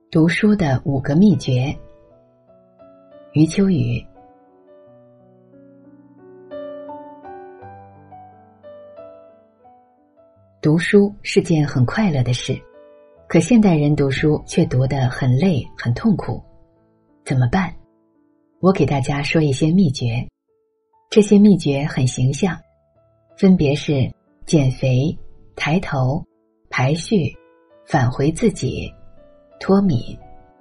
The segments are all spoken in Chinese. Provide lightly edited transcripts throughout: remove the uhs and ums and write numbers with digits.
读书的5个秘诀。余秋雨。读书是件很快乐的事，可现代人读书却读得很累很痛苦，怎么办？我给大家说一些秘诀，这些秘诀很形象，分别是减肥、抬头、排序、返回自己、脱敏。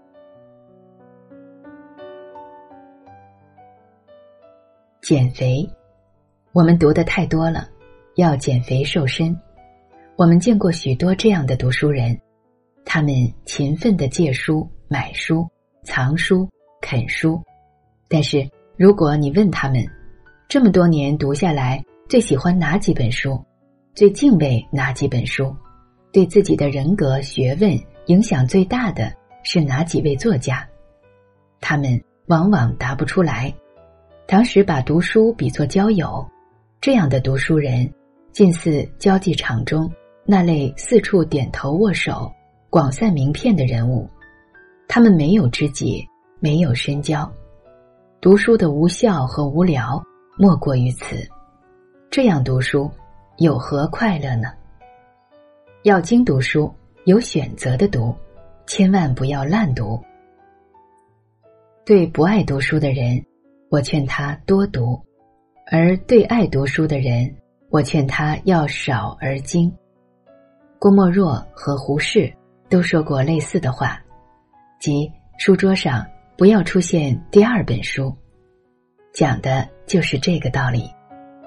减肥，我们读的太多了，要减肥瘦身。我们见过许多这样的读书人，他们勤奋地借书、买书、藏书、啃书，但是如果你问他们，这么多年读下来，最喜欢哪几本书，最敬畏哪几本书，对自己的人格、学问影响最大的是哪几位作家，他们往往答不出来。唐时把读书比作交友，这样的读书人近似交际场中那类四处点头握手、广散名片的人物，他们没有知己，没有深交。读书的无效和无聊莫过于此，这样读书有何快乐呢？要精读书，有选择的读，千万不要滥读。对不爱读书的人，我劝他多读，而对爱读书的人，我劝他要少而精。郭沫若和胡适都说过类似的话，即书桌上不要出现第2本书，讲的就是这个道理。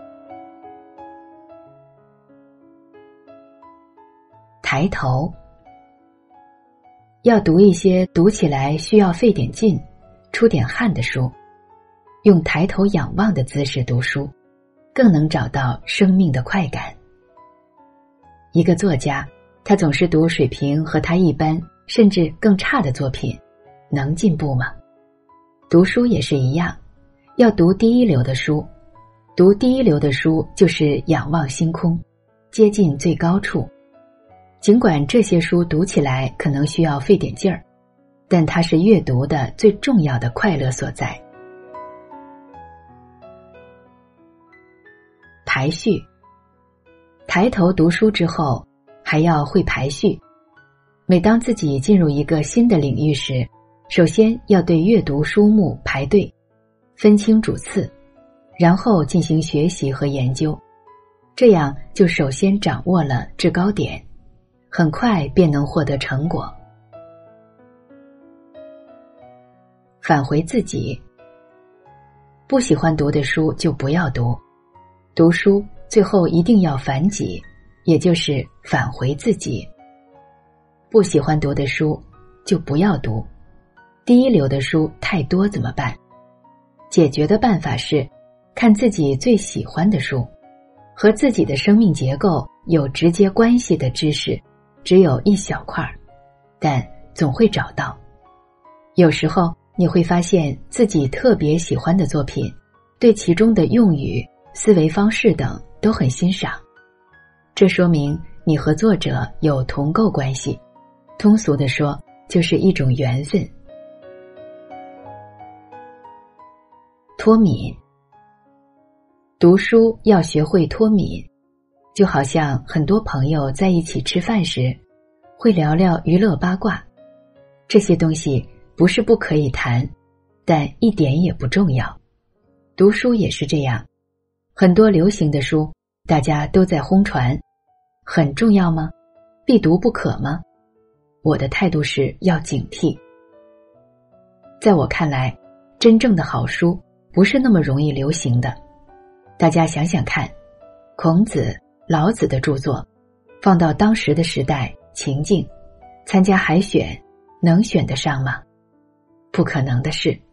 抬头，要读一些读起来需要费点劲、出点汗的书，用抬头仰望的姿势读书，更能找到生命的快感。一个作家，他总是读水平和他一般甚至更差的作品，能进步吗？读书也是一样，要读第一流的书。读第一流的书就是仰望星空，接近最高处。尽管这些书读起来可能需要费点劲儿，但它是阅读的最重要的快乐所在。排序，抬头读书之后，还要会排序。每当自己进入一个新的领域时，首先要对阅读书目排队，分清主次，然后进行学习和研究，这样就首先掌握了制高点，很快便能获得成果。返回自己，不喜欢读的书就不要读，读书最后一定要反己，也就是返回自己。不喜欢读的书就不要读，第一流的书太多怎么办？解决的办法是看自己最喜欢的书，和自己的生命结构有直接关系的知识只有一小块，但总会找到。有时候你会发现自己特别喜欢的作品，对其中的用语、思维方式等都很欣赏，这说明你和作者有同构关系，通俗地说就是一种缘分。脱敏，读书要学会脱敏，就好像很多朋友在一起吃饭时会聊聊娱乐八卦，这些东西不是不可以谈，但一点也不重要。读书也是这样，很多流行的书大家都在轰传，很重要吗？必读不可吗？我的态度是要警惕。在我看来，真正的好书不是那么容易流行的。大家想想看，孔子、老子的著作放到当时的时代情境，参加海选能选得上吗？不可能的事。